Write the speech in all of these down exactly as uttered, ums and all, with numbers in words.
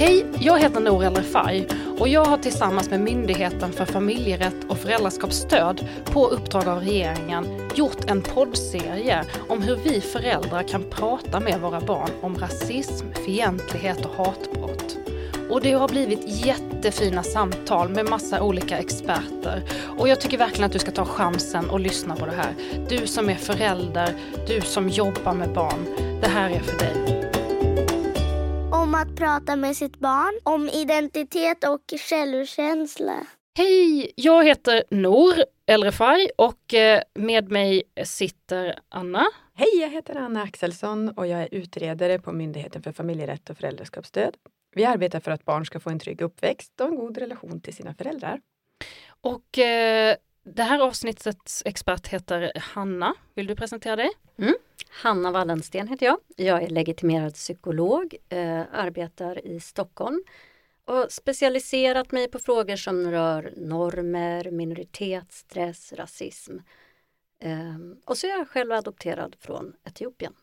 Hej, jag heter Nour El-Refai och jag har tillsammans med Myndigheten för familjerätt och föräldraskapsstöd på uppdrag av regeringen gjort en poddserie om hur vi föräldrar kan prata med våra barn om rasism, fientlighet och hatbrott. Och det har blivit jättefina samtal med massa olika experter. Och jag tycker verkligen att du ska ta chansen och lyssna på det här. Du som är förälder, du som jobbar med barn. Det här är för dig. Om att prata med sitt barn, om identitet och självkänsla. Hej, jag heter Nour El-Refai och med mig sitter Anna. Hej, jag heter Anna Axelsson och jag är utredare på Myndigheten för familjerätt och föräldraskapsstöd. Vi arbetar för att barn ska få en trygg uppväxt och en god relation till sina föräldrar. Och eh, det här avsnittets expert heter Hanna. Vill du presentera dig? Mm. Hanna Wallensten heter jag. Jag är legitimerad psykolog, eh, arbetar i Stockholm och specialiserat mig på frågor som rör normer, minoritetsstress, rasism. Eh, och så är jag själv adopterad från Etiopien.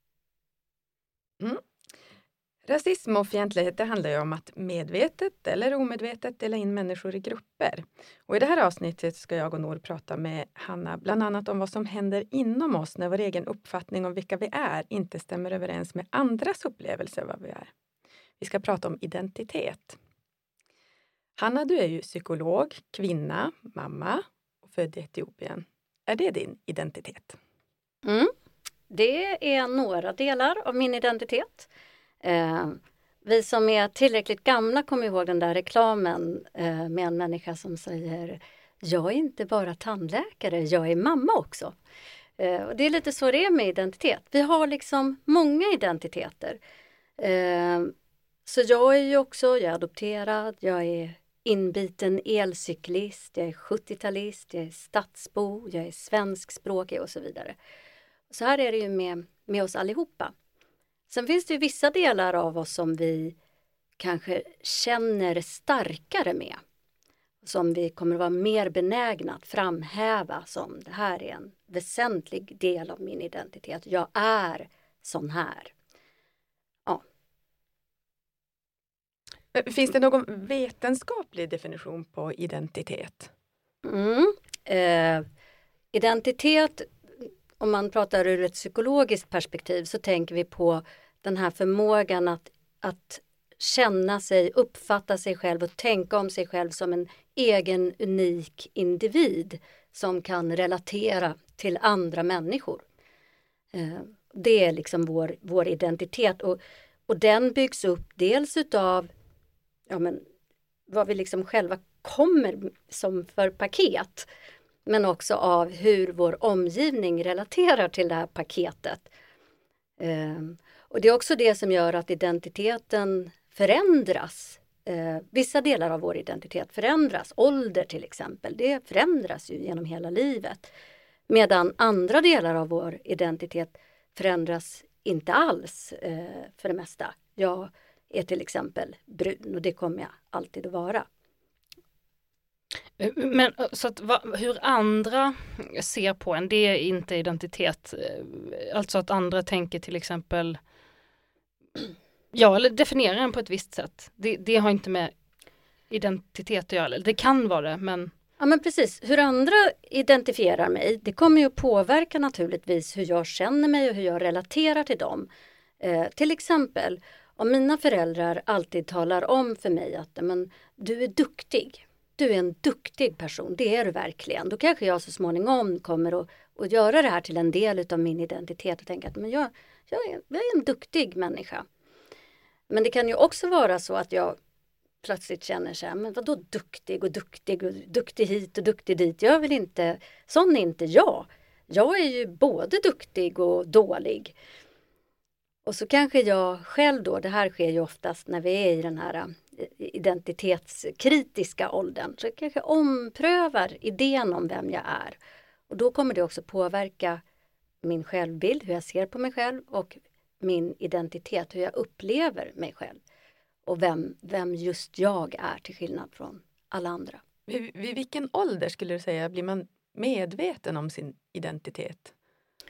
Mm. Rasism och fientlighet, det handlar ju om att medvetet eller omedvetet dela in människor i grupper. Och i det här avsnittet ska jag och Nour prata med Hanna bland annat om vad som händer inom oss när vår egen uppfattning om vilka vi är inte stämmer överens med andras upplevelse av vad vi är. Vi ska prata om identitet. Hanna, du är ju psykolog, kvinna, mamma och född i Etiopien. Är det din identitet? Mm. Det är några delar av min identitet. Eh, vi som är tillräckligt gamla kommer ihåg den där reklamen eh, med en människa som säger: jag är inte bara tandläkare, jag är mamma också. Eh, och det är lite så det är med identitet. Vi har liksom många identiteter. Eh, så jag är ju också, jag är adopterad, jag är inbiten elcyklist, jag är sjuttiotalist, jag är stadsbo, jag är svenskspråkig och så vidare. Så här är det ju med, med oss allihopa. Sen finns det ju vissa delar av oss som vi kanske känner starkare med. Som vi kommer att vara mer benägna att framhäva som det här är en väsentlig del av min identitet. Jag är sån här. Ja. Finns det någon vetenskaplig definition på identitet? Mm. Eh, identitet... Om man pratar ur ett psykologiskt perspektiv så tänker vi på den här förmågan att, att känna sig, uppfatta sig själv och tänka om sig själv som en egen unik individ som kan relatera till andra människor. Det är liksom vår, vår identitet och, och den byggs upp dels utav ja men, vad vi liksom själva kommer som för paket. Men också av hur vår omgivning relaterar till det här paketet. Eh, och det är också det som gör att identiteten förändras. Eh, vissa delar av vår identitet förändras. Ålder till exempel, det förändras ju genom hela livet. Medan andra delar av vår identitet förändras inte alls eh, för det mesta. Jag är till exempel brun och det kommer jag alltid att vara. Men så att, va, hur andra ser på en, det är inte identitet. Alltså att andra tänker till exempel, ja eller definierar en på ett visst sätt. Det, det har inte med identitet att göra. Det kan vara det, men... Ja men precis, hur andra identifierar mig, det kommer ju att påverka naturligtvis hur jag känner mig och hur jag relaterar till dem. Eh, till exempel, om mina föräldrar alltid talar om för mig att men, du är duktig. Du är en duktig person, det är du verkligen. Då kanske jag så småningom kommer att, att göra det här till en del av min identitet och tänka att men jag, jag, är, jag är en duktig människa. Men det kan ju också vara så att jag plötsligt känner så här, men vadå duktig och duktig och duktig hit och duktig dit. Jag vill inte, sån är inte jag. Jag är ju både duktig och dålig. Och så kanske jag själv då, det här sker ju oftast när vi är i den här identitetskritiska åldern. Så jag kanske omprövar idén om vem jag är. Och då kommer det också påverka min självbild, hur jag ser på mig själv och min identitet, hur jag upplever mig själv. Och vem, vem just jag är till skillnad från alla andra. Vid, vid vilken ålder skulle du säga blir man medveten om sin identitet?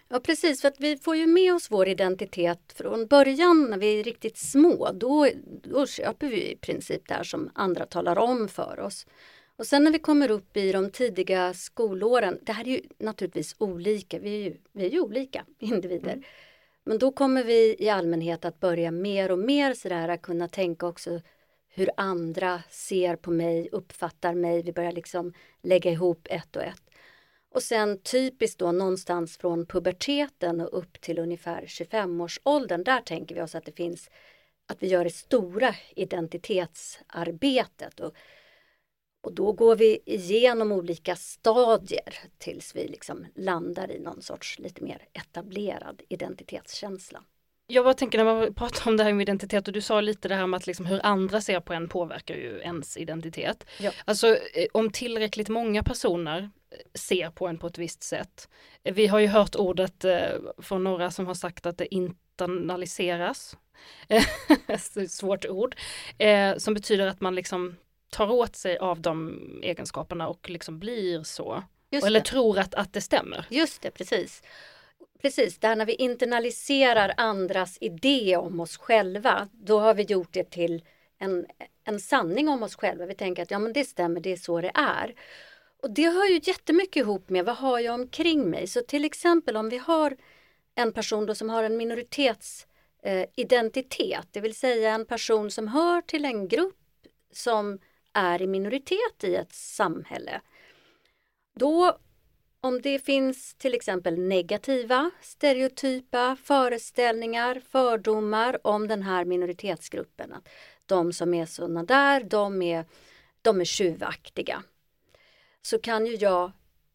Ja, precis. För att vi får ju med oss vår identitet från början när vi är riktigt små. Då, då köper vi i princip det här som andra talar om för oss. Och sen när vi kommer upp i de tidiga skolåren, det här är ju naturligtvis olika. Vi är ju, vi är ju olika individer. Mm. Men då kommer vi i allmänhet att börja mer och mer sådär att kunna tänka också hur andra ser på mig, uppfattar mig. Vi börjar liksom lägga ihop ett och ett. Och sen typiskt då någonstans från puberteten och upp till ungefär tjugofem-årsåldern. Där tänker vi oss att det finns, att vi gör det stora identitetsarbetet. Och, och då går vi igenom olika stadier tills vi liksom landar i någon sorts lite mer etablerad identitetskänsla. Jag bara tänker när man pratar om det här med identitet och du sa lite det här med att liksom hur andra ser på en påverkar ju ens identitet. Ja. Alltså om tillräckligt många personer ser på en på ett visst sätt. Vi har ju hört ordet eh, från några som har sagt att det internaliseras. Svårt ord. Eh, som betyder att man liksom tar åt sig av de egenskaperna och liksom blir så. Eller tror att, att det stämmer. Just det, precis. Precis, där när vi internaliserar andras idé om oss själva, då har vi gjort det till en, en sanning om oss själva. Vi tänker att ja, men det stämmer, det är så det är. Och det har ju jättemycket ihop med vad har jag omkring mig. Så till exempel om vi har en person då som har en minoritetsidentitet, eh, det vill säga en person som hör till en grupp som är i minoritet i ett samhälle. Då om det finns till exempel negativa, stereotypa föreställningar, fördomar om den här minoritetsgruppen. Att de som är sådana där, de är, de är tjuvaktiga. Så kan ju jag,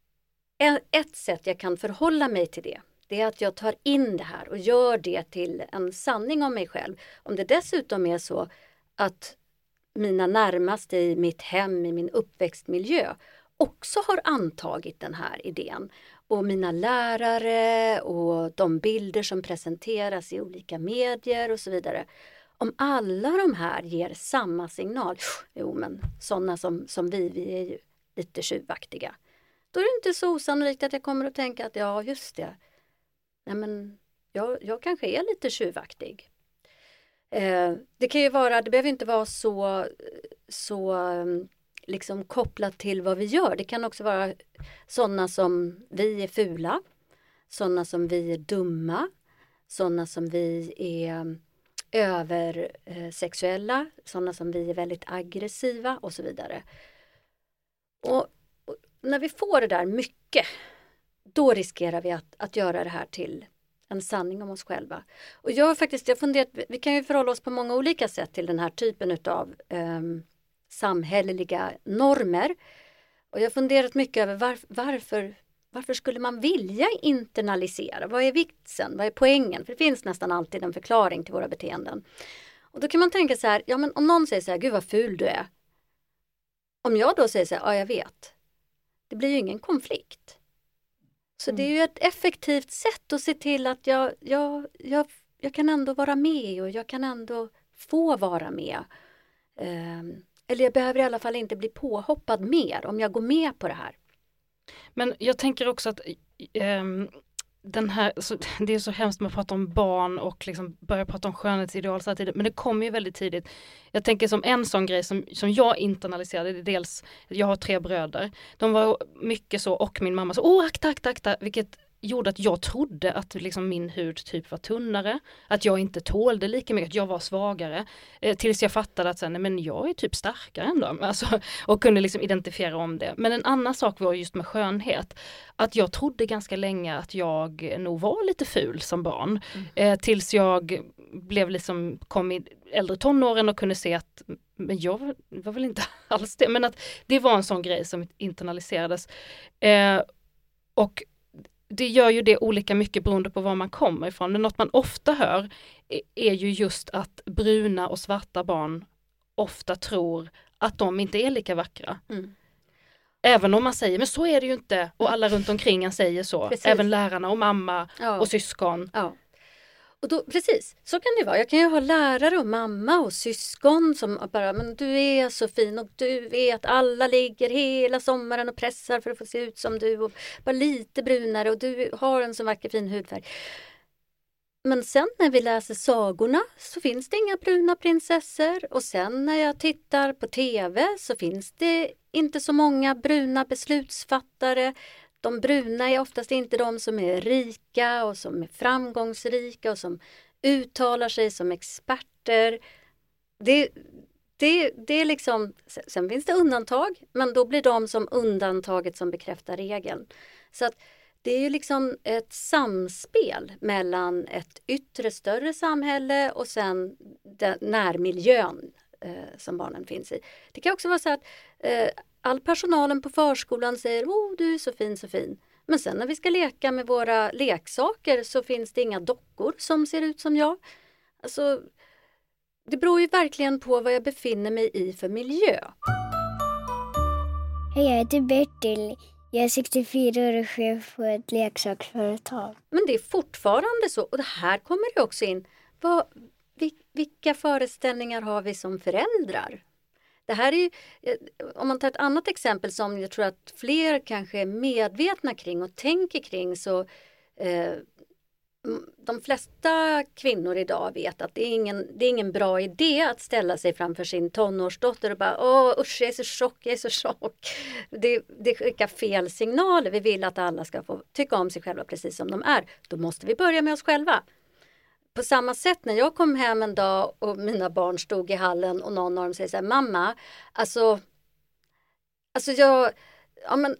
ett sätt jag kan förhålla mig till det, det är att jag tar in det här och gör det till en sanning om mig själv. Om det dessutom är så att mina närmaste i mitt hem, i min uppväxtmiljö också har antagit den här idén. Och mina lärare och de bilder som presenteras i olika medier och så vidare. Om alla de här ger samma signal, jo men sådana som, som vi, vi är ju lite tjuvaktiga. Då är det inte så osannolikt att jag kommer att tänka att ja just det, nej men jag, jag kanske är lite tjuvaktig. Eh, det kan ju vara, det behöver inte vara så, så liksom kopplat till vad vi gör. Det kan också vara sådana som vi är fula, sådana som vi är dumma, sådana som vi är översexuella, sådana som vi är väldigt aggressiva och så vidare. Och, och när vi får det där mycket, då riskerar vi att, att göra det här till en sanning om oss själva. Och jag har faktiskt, jag funderat, vi kan ju förhålla oss på många olika sätt till den här typen av um, samhälleliga normer. Och jag har funderat mycket över var, varför, varför skulle man vilja internalisera? Vad är vitsen? Vad är poängen? För det finns nästan alltid en förklaring till våra beteenden. Och då kan man tänka så här, ja men om någon säger så här, gud vad ful du är. Om jag då säger så här, ja jag vet. Det blir ju ingen konflikt. Så mm. det är ju ett effektivt sätt att se till att jag, jag, jag, jag kan ändå vara med och jag kan ändå få vara med. Um, eller jag behöver i alla fall inte bli påhoppad mer om jag går med på det här. Men jag tänker också att um, den här, så, det är så hemskt med att prata om barn och liksom börja prata om skönhetsideal så tidigt, men det kommer ju väldigt tidigt. Jag tänker som en sån grej som, som jag internaliserade, det är dels, jag har tre bröder, de var mycket så och min mamma så, åh akta, akta, akta, vilket gjorde att jag trodde att liksom min hud typ var tunnare, att jag inte tålde lika mycket, att jag var svagare, eh, tills jag fattade att sen, men jag är typ starkare ändå, alltså, och kunde liksom identifiera om det. Men en annan sak var just med skönhet, att jag trodde ganska länge att jag nog var lite ful som barn, mm. eh, tills jag blev liksom, kom i äldre tonåren och kunde se att men jag var väl inte alls det, men att det var en sån grej som internaliserades. Eh, och det gör ju det olika mycket beroende på var man kommer ifrån. Men något man ofta hör är ju just att bruna och svarta barn ofta tror att de inte är lika vackra. Mm. Även om man säger, men så är det ju inte. Och alla runt omkring en säger så. Precis. Även lärarna och mamma ja. och syskon. Ja. Och då, precis, så kan det vara. Jag kan ju ha lärare och mamma och syskon som bara, men du är så fin och du vet alla ligger hela sommaren och pressar för att få se ut som du och bara lite brunare och du har en så vacker fin hudfärg. Men sen när vi läser sagorna så finns det inga bruna prinsessor och sen när jag tittar på tv så finns det inte så många bruna beslutsfattare. De bruna är oftast inte de som är rika och som är framgångsrika och som uttalar sig som experter. Det, det, det är liksom, sen finns det undantag, men då blir de som undantaget som bekräftar regeln. Så att det är ju liksom ett samspel mellan ett yttre större samhälle och sen den närmiljön eh, som barnen finns i. Det kan också vara så att eh, all personalen på förskolan säger åh du är så fin, så fin. Men sen när vi ska leka med våra leksaker så finns det inga dockor som ser ut som jag. Alltså, det beror ju verkligen på vad jag befinner mig i för miljö. Hej, jag heter Bertil. Jag är sextiofyra år och chef på ett leksaksföretag. Men det är fortfarande så, och det här kommer det också in. Vad, vilka föreställningar har vi som föräldrar? Det här är ju, om man tar ett annat exempel som jag tror att fler kanske är medvetna kring och tänker kring, så eh, de flesta kvinnor idag vet att det är, ingen, det är ingen bra idé att ställa sig framför sin tonårsdotter och bara åh usch jag är så chock, jag är så chock. Det, det skickar fel signaler. Vi vill att alla ska få tycka om sig själva precis som de är. Då måste vi börja med oss själva. På samma sätt när jag kom hem en dag och mina barn stod i hallen och någon av dem säger så här, mamma, alltså, alltså jag, ja men,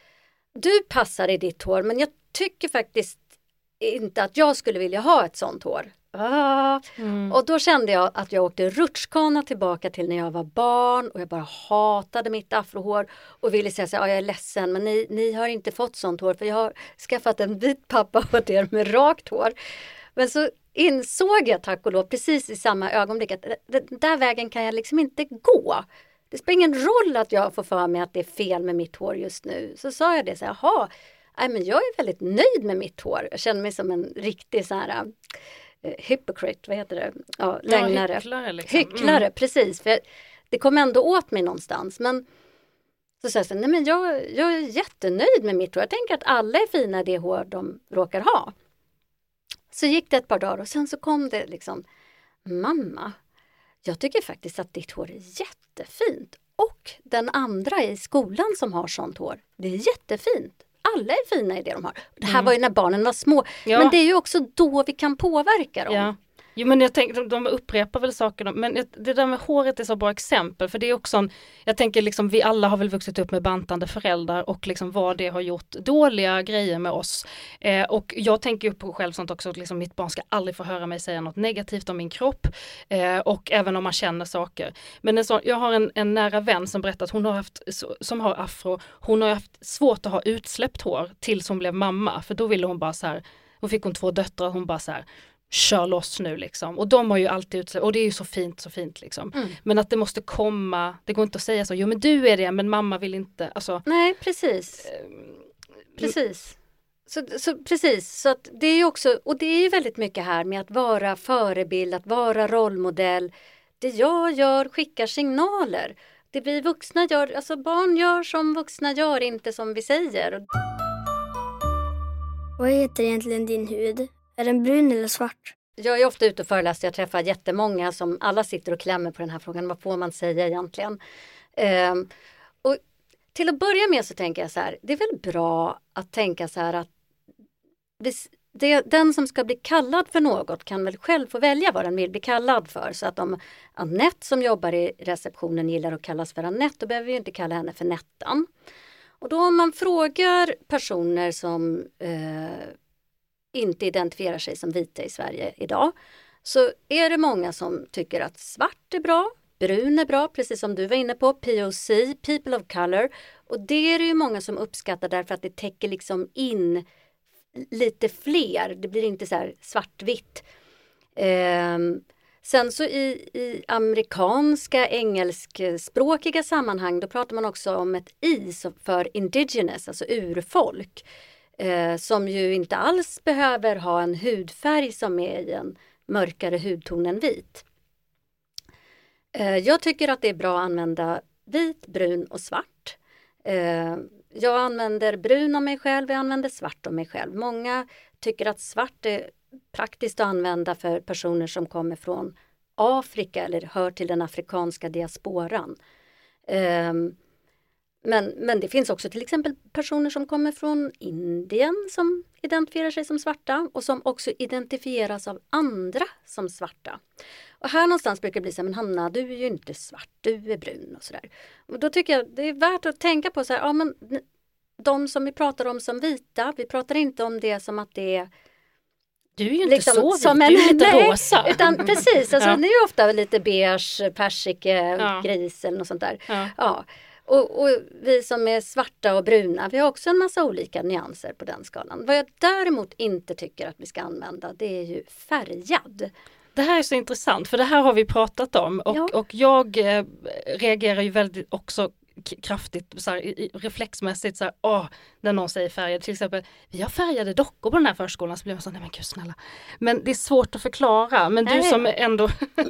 du passar i ditt hår men jag tycker faktiskt inte att jag skulle vilja ha ett sånt hår. Ah. Mm. Och då kände jag att jag åkte rutschkana tillbaka till när jag var barn och jag bara hatade mitt afrohår och ville säga så här, ah, jag är ledsen men ni, ni har inte fått sånt hår för jag har skaffat en vit pappa åt er med rakt hår. Men så insåg jag tack och lov precis i samma ögonblick att den där vägen kan jag liksom inte gå. Det spelar ingen roll att jag får för mig att det är fel med mitt hår just nu. Så sa jag det så här, jaha, nej, men jag är väldigt nöjd med mitt hår. Jag känner mig som en riktig så här uh, hypocrite, vad heter det? Ja, lögnare. Ja, hycklare liksom. Hycklare, mm. precis. För det kom ändå åt mig någonstans. Men så sa jag så här, nej men jag, jag är jättenöjd med mitt hår. Jag tänker att alla är fina i det hår de råkar ha. Så gick det ett par dagar och sen så kom det liksom, mamma, jag tycker faktiskt att ditt hår är jättefint. Och den andra i skolan som har sånt hår, det är jättefint. Alla är fina i det de har. Det här mm. var ju när barnen var små. Ja. Men det är ju också då vi kan påverka dem. Ja. Jo men jag tänker, de upprepar väl saker, men det där med håret är så bra exempel, för det är också en, jag tänker liksom vi alla har väl vuxit upp med bantande föräldrar och liksom vad det har gjort dåliga grejer med oss. Eh, och jag tänker ju på själv sånt också, att liksom mitt barn ska aldrig få höra mig säga något negativt om min kropp eh, och även om man känner saker. Men en sån, jag har en, en nära vän som berättat att hon har haft, som har afro, hon har haft svårt att ha utsläppt hår tills hon blev mamma, för då ville hon bara så här, hon fick hon två döttrar och hon bara så här, kör loss nu liksom. Och de har ju alltid utsläpp. Och det är ju så fint, så fint liksom. Mm. Men att det måste komma, det går inte att säga så, jo men du är det, men mamma vill inte. Alltså, nej, precis. Eh, precis. Så, så, precis. Så att det är ju också, och det är ju väldigt mycket här med att vara förebild, att vara rollmodell. Det jag gör skickar signaler. Det vi vuxna gör, alltså barn gör som vuxna gör, inte som vi säger. Vad heter egentligen din hud? Är den brun eller svart? Jag är ofta ute och föreläser. Jag träffar jättemånga som alla sitter och klämmer på den här frågan. Vad får man säga egentligen? Um, och till att börja med så tänker jag så här. Det är väl bra att tänka så här att det, den som ska bli kallad för något kan väl själv få välja vad den vill bli kallad för. Så att om Annette som jobbar i receptionen gillar att kallas för Annette, då behöver vi inte kalla henne för Nettan. Och då om man frågar personer som eh, inte identifierar sig som vita i Sverige idag, så är det många som tycker att svart är bra, brun är bra, precis som du var inne på, P O C, people of color. Och det är det ju många som uppskattar därför att det täcker liksom in lite fler. Det blir inte så här svartvitt. Eh, sen så i, i amerikanska, engelskspråkiga sammanhang, då pratar man också om ett I för indigenous, alltså urfolk. eh, som ju inte alls behöver ha en hudfärg som är i en mörkare hudton än vit. Eh, jag tycker att det är bra att använda vit, brun och svart. Eh, jag använder brun om mig själv, jag använder svart om mig själv. Många tycker att svart är praktiskt att använda för personer som kommer från Afrika eller hör till den afrikanska diasporan. Eh, men, men det finns också till exempel personer som kommer från Indien som identifierar sig som svarta och som också identifieras av andra som svarta. Och här någonstans brukar det bli så här, men Hanna, du är ju inte svart, du är brun och sådär. Och då tycker jag det är värt att tänka på så här, ja men de som vi pratar om som vita, vi pratar inte om det som att det är du är ju inte liksom, så vit, som en, du är inte nej, rosa. Utan precis, alltså ja. det är ju ofta lite beige, persike, ja. gris eller något sånt där. Ja. Ja. Och, och vi som är svarta och bruna, vi har också en massa olika nyanser på den skalan. Vad jag däremot inte tycker att vi ska använda, det är ju färgad. Det här är så intressant, för det här har vi pratat om och, ja. och jag eh, reagerar ju väldigt också k- kraftigt så här, i, reflexmässigt så här, åh, när någon säger färgad, till exempel vi har färgade dockor på den här förskolan, så blir man så, nej men gud snälla. Men det är svårt att förklara, men du nej. som är ändå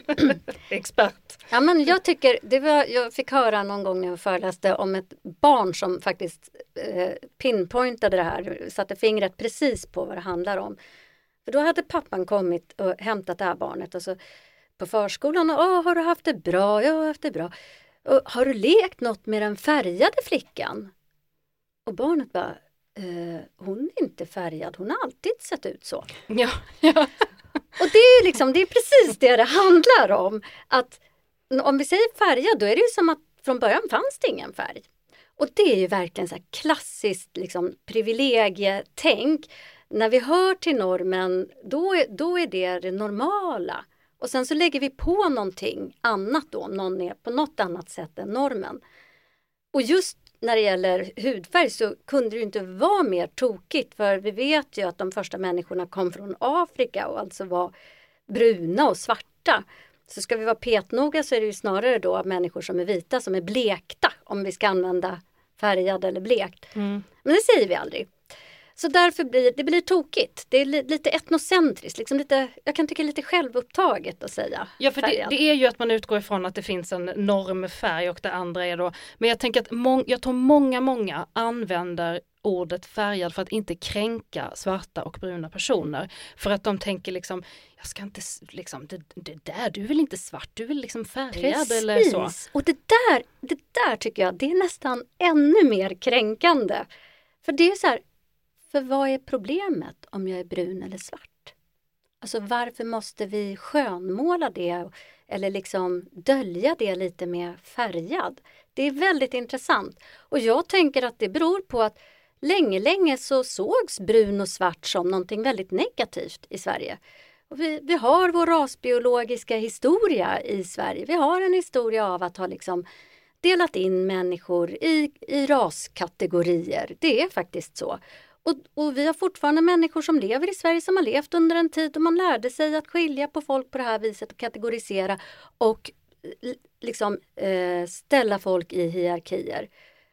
expert. Ja men jag tycker, det var, jag fick höra någon gång när jag föreläste om ett barn som faktiskt eh, pinpointade det här, satte fingret precis på vad det handlar om. För då hade pappan kommit och hämtat det här barnet och så på förskolan och åh, har du haft det bra? Jag har haft det bra. Och, har du lekt något med den färgade flickan? Och barnet bara, eh, hon är inte färgad, hon har alltid sett ut så. Ja, ja. Och det är liksom, det är precis det det handlar om. Att om vi säger färgad, då är det ju som att från början fanns det ingen färg. Och det är ju verkligen så här klassiskt liksom, privilegietänk. När vi hör till normen, då är, då är det det normala. Och sen så lägger vi på någonting annat då, om någon är på något annat sätt än normen. Och just när det gäller hudfärg så kunde det ju inte vara mer tokigt. För vi vet ju att de första människorna kom från Afrika och alltså var bruna och svarta. Så ska vi vara petnoga så är det ju snarare då människor som är vita som är blekta. Om vi ska använda färgad eller blekt. Mm. Men det säger vi aldrig. Så därför blir det blir tokigt. Det är li, lite etnocentriskt. Liksom lite, jag kan tycka lite självupptaget att säga. Ja, för det, det är ju att man utgår ifrån att det finns en normfärg och det andra är då. Men jag tänker att mång, jag tror många, många använder ordet färgad för att inte kränka svarta och bruna personer. För att de tänker liksom, jag ska inte liksom, det, det där, du är väl inte svart, du är väl liksom färgad. Precis. Eller så. Och det där, det där tycker jag, det är nästan ännu mer kränkande. För det är så här, för vad är problemet om jag är brun eller svart? Alltså varför måste vi skönmåla det eller liksom dölja det lite med färgad? Det är väldigt intressant. Och jag tänker att det beror på att länge, länge så sågs brun och svart som någonting väldigt negativt i Sverige. Och vi, vi har vår rasbiologiska historia i Sverige. Vi har en historia av att ha liksom delat in människor i, i raskategorier. Det är faktiskt så. Och, och vi har fortfarande människor som lever i Sverige som har levt under en tid och man lärde sig att skilja på folk på det här viset och kategorisera och liksom eh, ställa folk i hierarkier.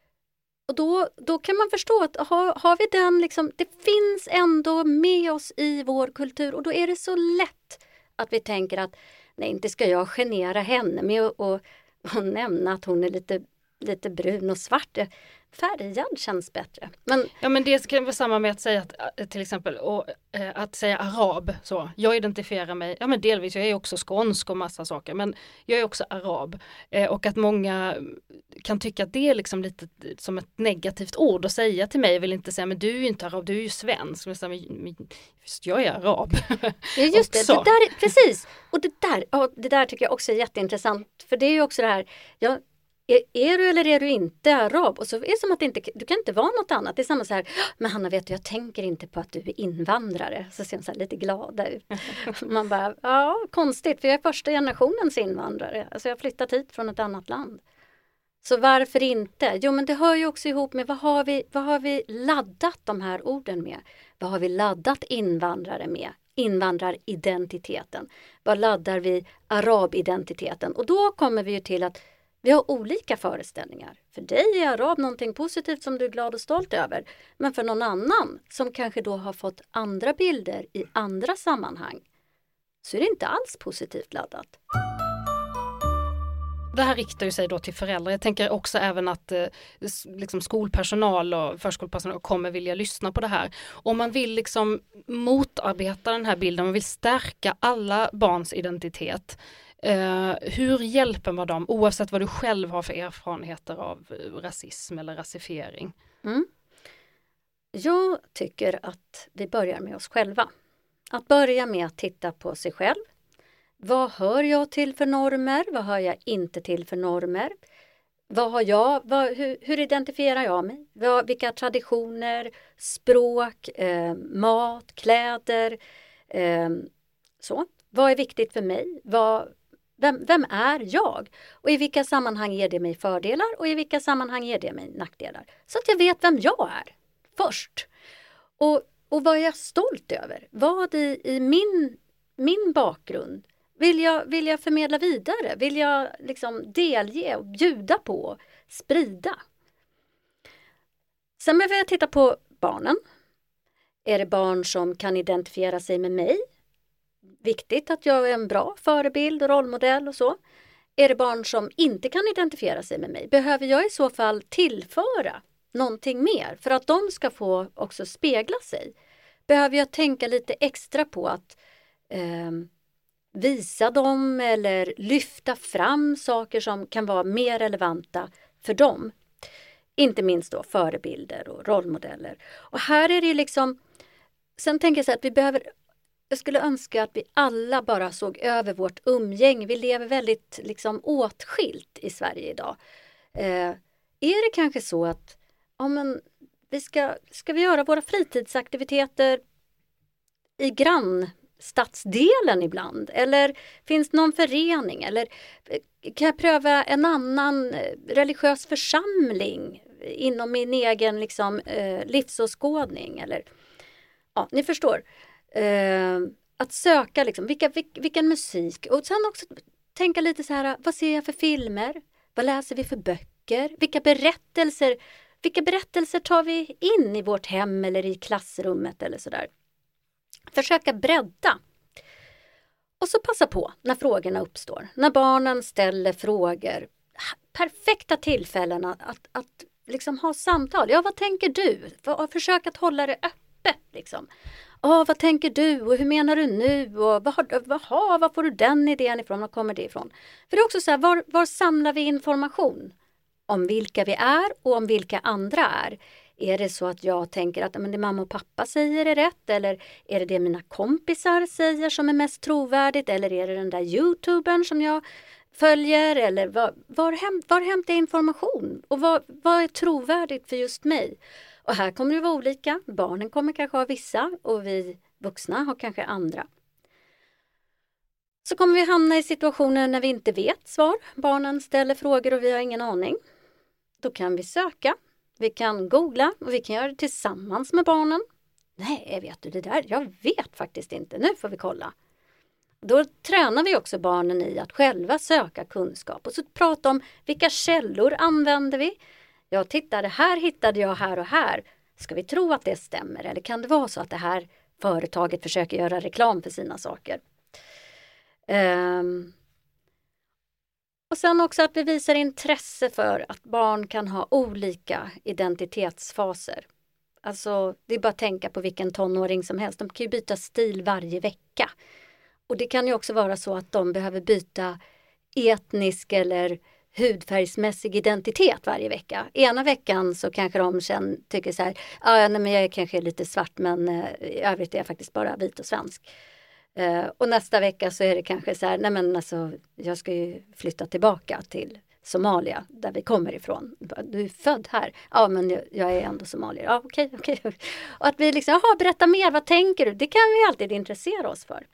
Och då, då kan man förstå att har, har vi den liksom, det finns ändå med oss i vår kultur och då är det så lätt att vi tänker att nej, inte ska jag genera henne med att och, och nämna att hon är lite, lite brun och svart. Färgad känns bättre. Men, ja, men det kan vara samma med att säga att till exempel och, eh, att säga arab så. Jag identifierar mig, ja men delvis, jag är också skånsk och massa saker, men jag är också arab. Eh, och att många kan tycka att det är liksom lite som ett negativt ord att säga till mig. Jag vill inte säga, men du är ju inte arab, du är ju svensk. Men, men, just, jag är arab. Ja, just det, det där är, precis. Och det där, ja, det där tycker jag också är jätteintressant. För det är ju också det här, jag Är, är du eller är du inte arab? Och så är det som att det inte, du kan inte vara något annat. Det är samma så här, men Hanna vet du, jag tänker inte på att du är invandrare. Så ser de så här lite glada ut. Man bara, ja konstigt för jag är första generationens invandrare. Alltså jag har flyttat hit från ett annat land. Så varför inte? Jo men det hör ju också ihop med vad har vi, vad har vi laddat de här orden med? Vad har vi laddat invandrare med? Invandraridentiteten. Vad laddar vi arabidentiteten? Och då kommer vi ju till att vi har olika föreställningar. För dig är arab någonting positivt som du är glad och stolt över. Men för någon annan som kanske då har fått andra bilder i andra sammanhang så är det inte alls positivt laddat. Det här riktar ju sig då till föräldrar. Jag tänker också även att eh, liksom skolpersonal och förskolepersonal kommer vilja lyssna på det här. Om man vill liksom motarbeta den här bilden, man vill stärka alla barns identitet. Eh, hur hjälper man dem oavsett vad du själv har för erfarenheter av rasism eller rasifiering? Mm. Jag tycker att vi börjar med oss själva. Att börja med att titta på sig själv. Vad hör jag till för normer? Vad hör jag inte till för normer? Vad har jag? Vad, hur, hur identifierar jag mig? Vad, vilka traditioner, språk, eh, mat, kläder. Eh, så. Vad är viktigt för mig? Vad, vem, vem är jag? Och i vilka sammanhang ger det mig fördelar? Och i vilka sammanhang ger det mig nackdelar? Så att jag vet vem jag är först. Och, och vad är jag stolt över? Vad i, i min, min bakgrund Vill jag, vill jag förmedla vidare? Vill jag liksom delge och bjuda på? Sprida? Sen behöver jag titta på barnen. Är det barn som kan identifiera sig med mig? Viktigt att jag är en bra förebild och rollmodell och så. Är det barn som inte kan identifiera sig med mig? Behöver jag i så fall tillföra någonting mer för att de ska få också spegla sig? Behöver jag tänka lite extra på att eh, visa dem eller lyfta fram saker som kan vara mer relevanta för dem. Inte minst då förebilder och rollmodeller. Och här är det liksom, sen tänker jag så att vi behöver, jag skulle önska att vi alla bara såg över vårt umgänge. Vi lever väldigt liksom åtskilt i Sverige idag. Eh, är det kanske så att ja, men vi ska, ska vi göra våra fritidsaktiviteter i grann stadsdelen ibland, eller finns det någon förening, eller kan jag pröva en annan religiös församling inom min egen liksom, eh, livsåskådning, eller ja, ni förstår eh, att söka liksom, vilka, vilk, vilken musik, och sen också tänka lite så här, vad ser jag för filmer, vad läser vi för böcker, vilka berättelser vilka berättelser tar vi in i vårt hem eller i klassrummet eller sådär. Försöka bredda. Och så passa på när frågorna uppstår. När barnen ställer frågor. Perfekta tillfällen att, att, att liksom ha samtal. Ja, vad tänker du? Försök att hålla det öppet. Liksom. Ja, vad tänker du? Och hur menar du nu? Och vad, vad, vad, vad får du den idén ifrån? Var kommer det ifrån? För det är också så här, var, var samlar vi information? Om vilka vi är och om vilka andra är. Är det så att jag tänker att men det mamma och pappa säger är rätt? Eller är det det mina kompisar säger som är mest trovärdigt? Eller är det den där YouTubern som jag följer? Eller var, var, häm, var hämtar jag information? Och vad, vad är trovärdigt för just mig? Och här kommer det vara olika. Barnen kommer kanske ha vissa och vi vuxna har kanske andra. Så kommer vi hamna i situationer när vi inte vet svar. Barnen ställer frågor och vi har ingen aning. Då kan vi söka. Vi kan googla och vi kan göra det tillsammans med barnen. Nej, vet du det där? Jag vet faktiskt inte. Nu får vi kolla. Då tränar vi också barnen i att själva söka kunskap. Och så prata om vilka källor använder vi. Jag tittade här, hittade jag här och här. Ska vi tro att det stämmer? Eller kan det vara så att det här företaget försöker göra reklam för sina saker? Um, och sen också att vi visar intresse för att barn kan ha olika identitetsfaser. Alltså det är bara att tänka på vilken tonåring som helst. De kan ju byta stil varje vecka. Och det kan ju också vara så att de behöver byta etnisk eller hudfärgsmässig identitet varje vecka. Ena veckan så kanske de sen tycker så här, ah, nej, men jag är kanske lite svart men eh, i övrigt är jag faktiskt bara vit och svensk. Uh, och nästa vecka så är det kanske så här, nej men alltså jag ska ju flytta tillbaka till Somalia där vi kommer ifrån. Du är född här. Ja men jag, jag är ändå somalier. Ja okej, okay, okej. Okay. Och att vi liksom, jaha berätta mer, vad tänker du? Det kan vi alltid intressera oss för.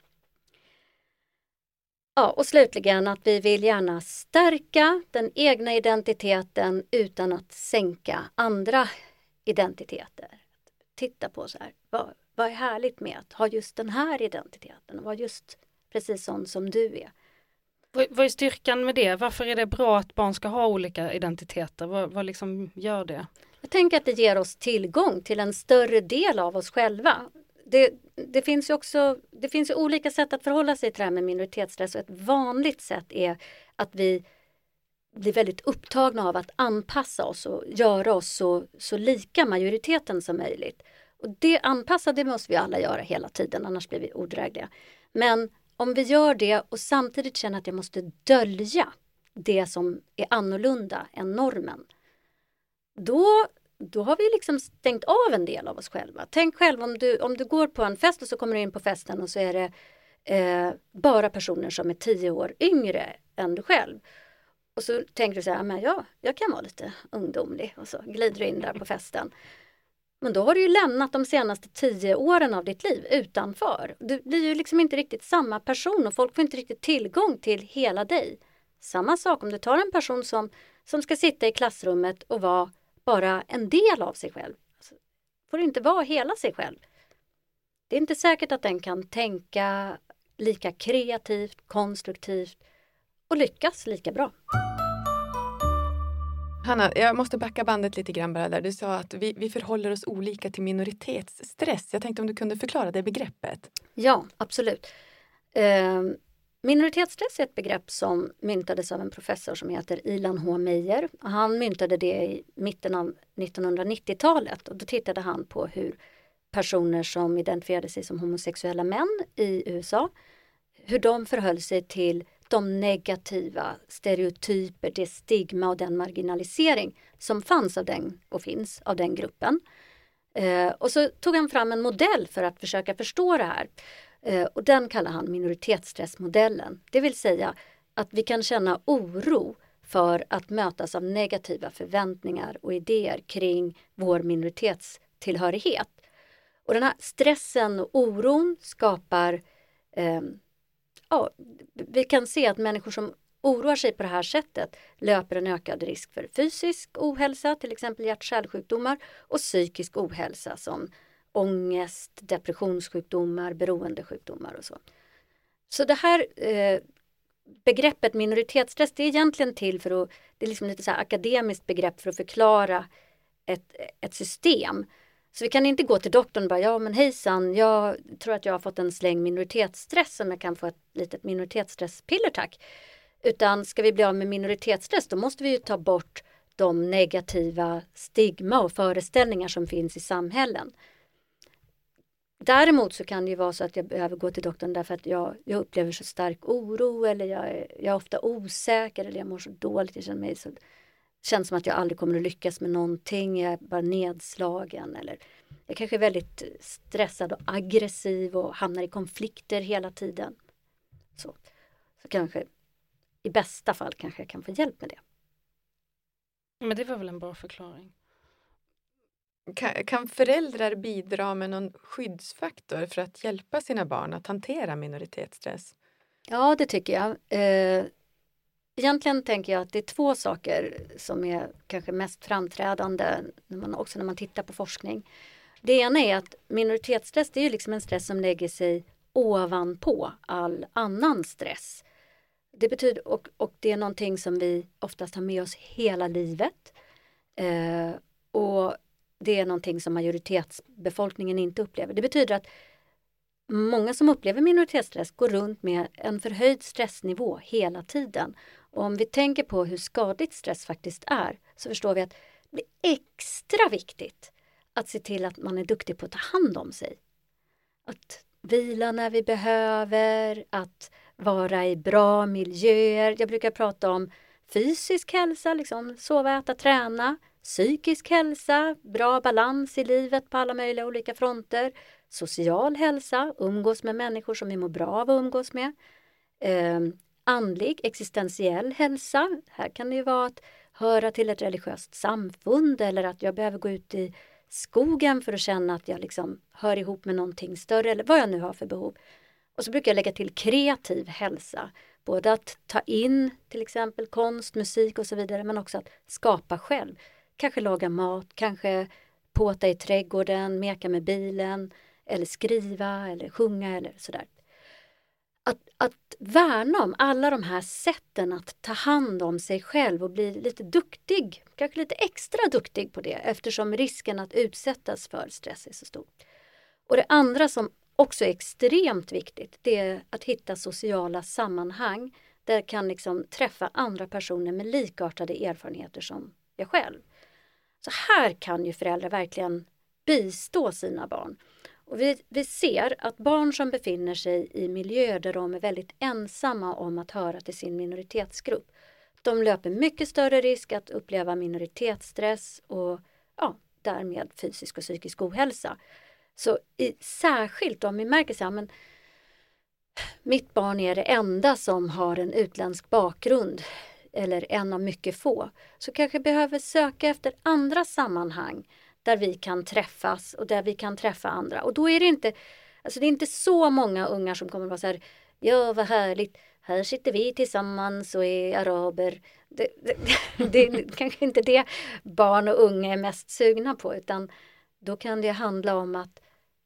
Ja, och slutligen att vi vill gärna stärka den egna identiteten utan att sänka andra identiteter. Titta på så här, vad, vad är härligt med att ha just den här identiteten och vara just precis sån som du är. Vad, vad är styrkan med det? Varför är det bra att barn ska ha olika identiteter? Vad, vad liksom gör det? Jag tänker att det ger oss tillgång till en större del av oss själva. Det, det finns ju också det finns ju olika sätt att förhålla sig till det här med minoritetsstress. Och ett vanligt sätt är att vi blir väldigt upptagna av att anpassa oss och göra oss så, så lika majoriteten som möjligt. Och det anpassade måste vi alla göra hela tiden, annars blir vi odrägliga. Men om vi gör det och samtidigt känner att jag måste dölja det som är annorlunda än normen, då, då har vi liksom stängt av en del av oss själva. Tänk själv om du, om du går på en fest och så kommer du in på festen och så är det eh, bara personer som är tio år yngre än du själv. Och så tänker du så här, men ja, jag kan vara lite ungdomlig, och så glider du in där på festen. Men då har du ju lämnat de senaste tio åren av ditt liv utanför. Du blir ju liksom inte riktigt samma person och folk får inte riktigt tillgång till hela dig. Samma sak om du tar en person som, som ska sitta i klassrummet och vara bara en del av sig själv. Alltså, får inte vara hela sig själv. Det är inte säkert att den kan tänka lika kreativt, konstruktivt och lyckas lika bra. Hanna, jag måste backa bandet lite grann bara där. Du sa att vi, vi förhåller oss olika till minoritetsstress. Jag tänkte om du kunde förklara det begreppet. Ja, absolut. Eh, minoritetsstress är ett begrepp som myntades av en professor som heter Ilan H. Meyer. Han myntade det i mitten av nittonhundranittiotalet och då tittade han på hur personer som identifierade sig som homosexuella män i U S A, hur de förhöll sig till de negativa stereotyper, det stigma och den marginalisering som fanns av den och finns av den gruppen. Eh, och så tog han fram en modell för att försöka förstå det här. Eh, och den kallar han minoritetsstressmodellen. Det vill säga att vi kan känna oro för att mötas av negativa förväntningar och idéer kring vår minoritetstillhörighet. Och den här stressen och oron skapar eh, Ja, vi kan se att människor som oroar sig på det här sättet löper en ökad risk för fysisk ohälsa, till exempel hjärt-kärlsjukdomar, och psykisk ohälsa som ångest, depressionssjukdomar, beroendesjukdomar och så. Så det här eh, begreppet minoritetsstress, det är egentligen till för att, det är liksom lite så här akademiskt begrepp för att förklara ett, ett system. Så vi kan inte gå till doktorn och bara, ja men hejsan, jag tror att jag har fått en släng minoritetsstress som jag kan få ett litet minoritetsstresspiller tack. Utan ska vi bli av med minoritetsstress, då måste vi ju ta bort de negativa stigma och föreställningar som finns i samhällen. Däremot så kan det ju vara så att jag behöver gå till doktorn därför att jag, jag upplever så stark oro eller jag är, jag är ofta osäker eller jag mår så dåligt, jag känner mig så... känns som att jag aldrig kommer att lyckas med någonting. Jag är bara nedslagen. Eller jag kanske är väldigt stressad och aggressiv och hamnar i konflikter hela tiden. Så, så kanske i bästa fall kanske jag kan få hjälp med det. Men det var väl en bra förklaring. Kan, kan föräldrar bidra med någon skyddsfaktor för att hjälpa sina barn att hantera minoritetsstress? Ja, det tycker jag. Eh, Egentligen tänker jag att det är två saker som är kanske mest framträdande när man, också när man tittar på forskning. Det ena är att minoritetsstress, det är ju liksom en stress som lägger sig ovanpå all annan stress. Det betyder, och, och det är någonting som vi oftast har med oss hela livet. Eh, och det är någonting som majoritetsbefolkningen inte upplever. Det betyder att många som upplever minoritetsstress går runt med en förhöjd stressnivå hela tiden. Och om vi tänker på hur skadligt stress faktiskt är så förstår vi att det är extra viktigt att se till att man är duktig på att ta hand om sig. Att vila när vi behöver, att vara i bra miljöer. Jag brukar prata om fysisk hälsa, liksom sova, äta, träna. Psykisk hälsa, bra balans i livet på alla möjliga olika fronter. Social hälsa, umgås med människor som vi mår bra av att umgås med. Eh, andlig, existentiell hälsa. Här kan det ju vara att höra till ett religiöst samfund eller att jag behöver gå ut i skogen för att känna att jag liksom hör ihop med någonting större eller vad jag nu har för behov. Och så brukar jag lägga till kreativ hälsa. Både att ta in till exempel konst, musik och så vidare men också att skapa själv. Kanske laga mat, kanske påta i trädgården, meka med bilen eller skriva eller sjunga eller sådär. att, att värna om alla de här sätten att ta hand om sig själv och bli lite duktig, kanske lite extra duktig på det eftersom risken att utsättas för stress är så stor. Och det andra som också är extremt viktigt, det är att hitta sociala sammanhang där kan liksom träffa andra personer med likartade erfarenheter som jag själv. Så här kan ju föräldrar verkligen bistå sina barn. Och vi, vi ser att barn som befinner sig i miljöer där de är väldigt ensamma om att höra till sin minoritetsgrupp, de löper mycket större risk att uppleva minoritetsstress och ja, därmed fysisk och psykisk ohälsa. Så i, särskilt om vi märker så här, men mitt barn är det enda som har en utländsk bakgrund eller en av mycket få, så kanske behöver söka efter andra sammanhang där vi kan träffas och där vi kan träffa andra. Och då är det inte, alltså det är inte så många ungar som kommer att vara så här, ja vad härligt, här sitter vi tillsammans och är araber. Det, det, det är kanske inte det barn och unga är mest sugna på, utan då kan det handla om att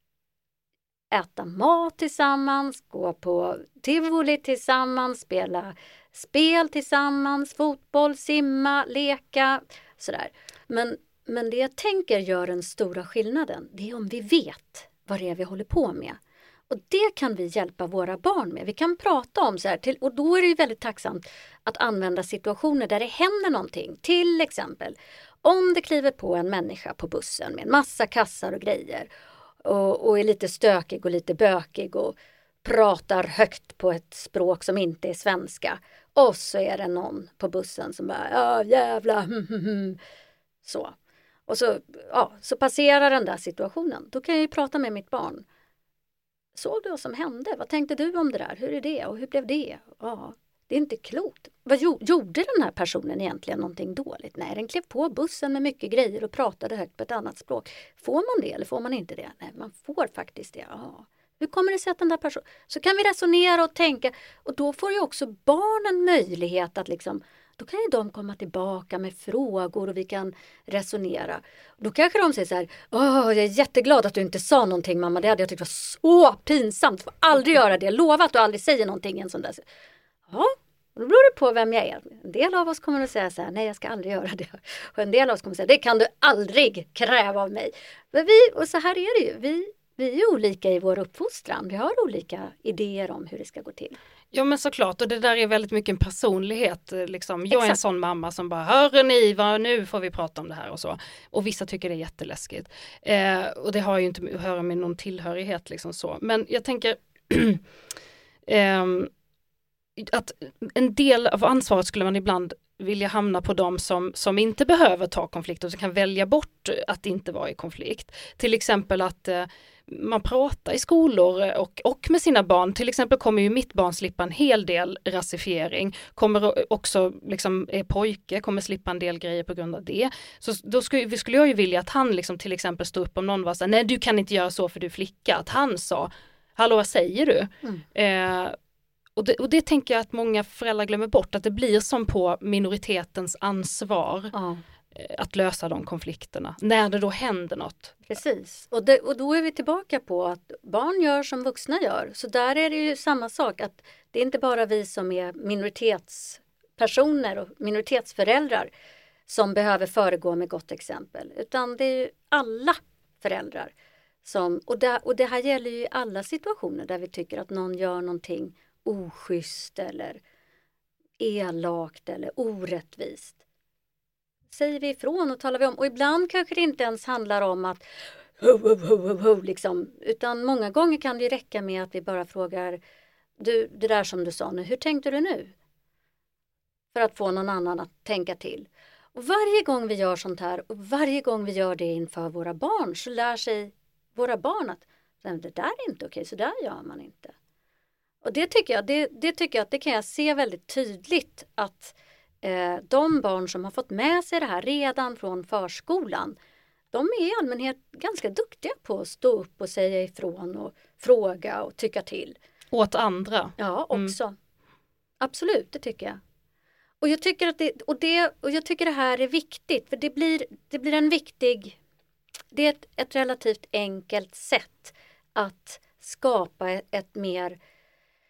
äta mat tillsammans, gå på tivoli tillsammans, spela spel tillsammans, fotboll, simma, leka, sådär. Men, men det jag tänker gör den stora skillnaden, det är om vi vet vad det är vi håller på med. Och det kan vi hjälpa våra barn med. Vi kan prata om så här, till, och då är det ju väldigt tacksamt att använda situationer där det händer någonting. Till exempel, om det kliver på en människa på bussen med en massa kassar och grejer och, och är lite stökig och lite bökig och pratar högt på ett språk som inte är svenska. Och så är det någon på bussen som bara, ja jävla, hm, hm, hm. Så. Och så, ja, så passerar den där situationen. Då kan jag ju prata med mitt barn. Såg du vad som hände? Vad tänkte du om det där? Hur är det? Och hur blev det? Ja, det är inte klokt. Vad gjorde den här personen egentligen någonting dåligt? Nej, den klev på bussen med mycket grejer och pratade högt på ett annat språk. Får man det eller får man inte det? Nej, man får faktiskt det. Ja. Hur kommer det sig att den där personen... Så kan vi resonera och tänka. Och då får ju också barnen möjlighet att liksom... Då kan ju de komma tillbaka med frågor och vi kan resonera. Då kanske de säger så här, åh, jag är jätteglad att du inte sa någonting mamma. Det hade jag tyckt var så pinsamt. Du får aldrig göra det. Lova att du aldrig säger någonting i en sån där. Ja, då beror det på vem jag är. En del av oss kommer att säga så här, nej jag ska aldrig göra det. Och en del av oss kommer att säga, det kan du aldrig kräva av mig. Men vi, och så här är det ju, vi, vi är olika i vår uppfostran. Vi har olika idéer om hur det ska gå till. Ja men såklart, och det där är väldigt mycket en personlighet. Liksom. Jag Exakt. är en sån mamma som bara, hör ni, vad, nu får vi prata om det här och så. Och vissa tycker det är jätteläskigt. Eh, och det har ju inte att höra med någon tillhörighet liksom så. Men jag tänker eh, att en del av ansvaret skulle man ibland vilja hamna på dem som, som inte behöver ta konflikt och som kan välja bort att inte vara i konflikt. Till exempel att eh, man pratar i skolor och, och med sina barn. Till exempel kommer ju mitt barn slippa en hel del rasifiering. Kommer också, liksom, är pojke, kommer slippa en del grejer på grund av det. Så då skulle, skulle jag ju vilja att han liksom, till exempel stå upp om någon var så här, nej du kan inte göra så för du är flicka. Att han sa, hallå vad säger du? Mm. Eh, och, det, och det tänker jag att många föräldrar glömmer bort. Att det blir som på minoritetens ansvar. Mm. Att lösa de konflikterna. När det då händer något. Precis. Och, det, och då är vi tillbaka på att barn gör som vuxna gör. Så där är det ju samma sak. Att det är inte bara vi som är minoritetspersoner och minoritetsföräldrar som behöver föregå med gott exempel. Utan det är ju alla föräldrar. Som, och, det, och det här gäller ju i alla situationer där vi tycker att någon gör någonting oschysst eller elakt eller orättvist. Säger vi ifrån och talar vi om. Och ibland kanske det inte ens handlar om att ho, ho, ho, ho, ho, liksom. Utan många gånger kan det räcka med att vi bara frågar du, det där som du sa nu, hur tänkte du nu? För att få någon annan att tänka till. Och varje gång vi gör sånt här och varje gång vi gör det inför våra barn så lär sig våra barn att det där är inte okej, så där gör man inte. Och det tycker jag, det, det tycker jag att det kan jag se väldigt tydligt att de barn som har fått med sig det här redan från förskolan, de är i allmänhet ganska duktiga på att stå upp och säga ifrån och fråga och tycka till. Åt andra. Ja, också. Mm. Absolut, det tycker jag. Och jag tycker att det, och det, och jag tycker det här är viktigt, för det blir, det blir en viktig, det är ett, ett relativt enkelt sätt att skapa ett, ett mer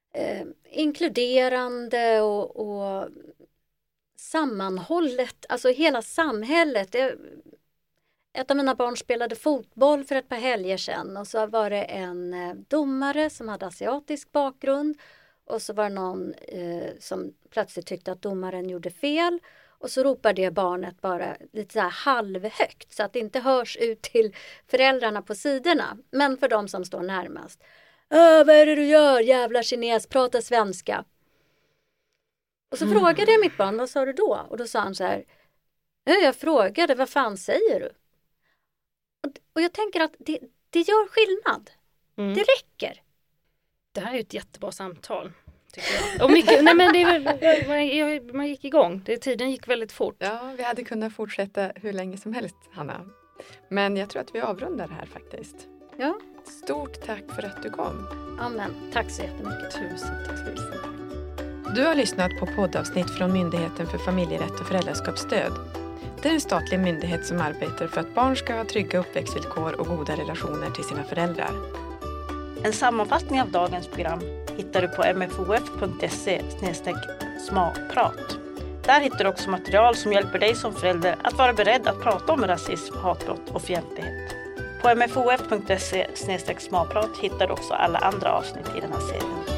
eh, inkluderande och, och sammanhållet, alltså hela samhället. Det, ett av mina barn spelade fotboll för ett par helger sedan och så var det en eh, domare som hade asiatisk bakgrund och så var det någon eh, som plötsligt tyckte att domaren gjorde fel och så ropar det barnet bara lite så här halvhögt så att det inte hörs ut till föräldrarna på sidorna, men för de som står närmast. Äh, vad är det du gör, jävla kines, prata svenska. Och så mm. frågade jag mitt barn, vad sa du då? Och då sa han så här, jag frågade, vad fan säger du? Och jag tänker att det, det gör skillnad. Mm. Det räcker. Det här är ju ett jättebra samtal, tycker jag. Och mycket, nej men det, man, man gick igång. Det, tiden gick väldigt fort. Ja, vi hade kunnat fortsätta hur länge som helst, Hanna. Men jag tror att vi avrundar här faktiskt. Ja. Stort tack för att du kom. Amen. Tack så jättemycket. Tusen tack. Tusen tack. Du har lyssnat på poddavsnitt från Myndigheten för familjerätt och föräldraskapsstöd. Det är en statlig myndighet som arbetar för att barn ska ha trygga uppväxtvillkor och goda relationer till sina föräldrar. En sammanfattning av dagens program hittar du på m f o f punkt se slash smalprat. Där hittar du också material som hjälper dig som förälder att vara beredd att prata om rasism, hatbrott och fientlighet. På m f o f punkt se slash smalprat hittar du också alla andra avsnitt i den här serien.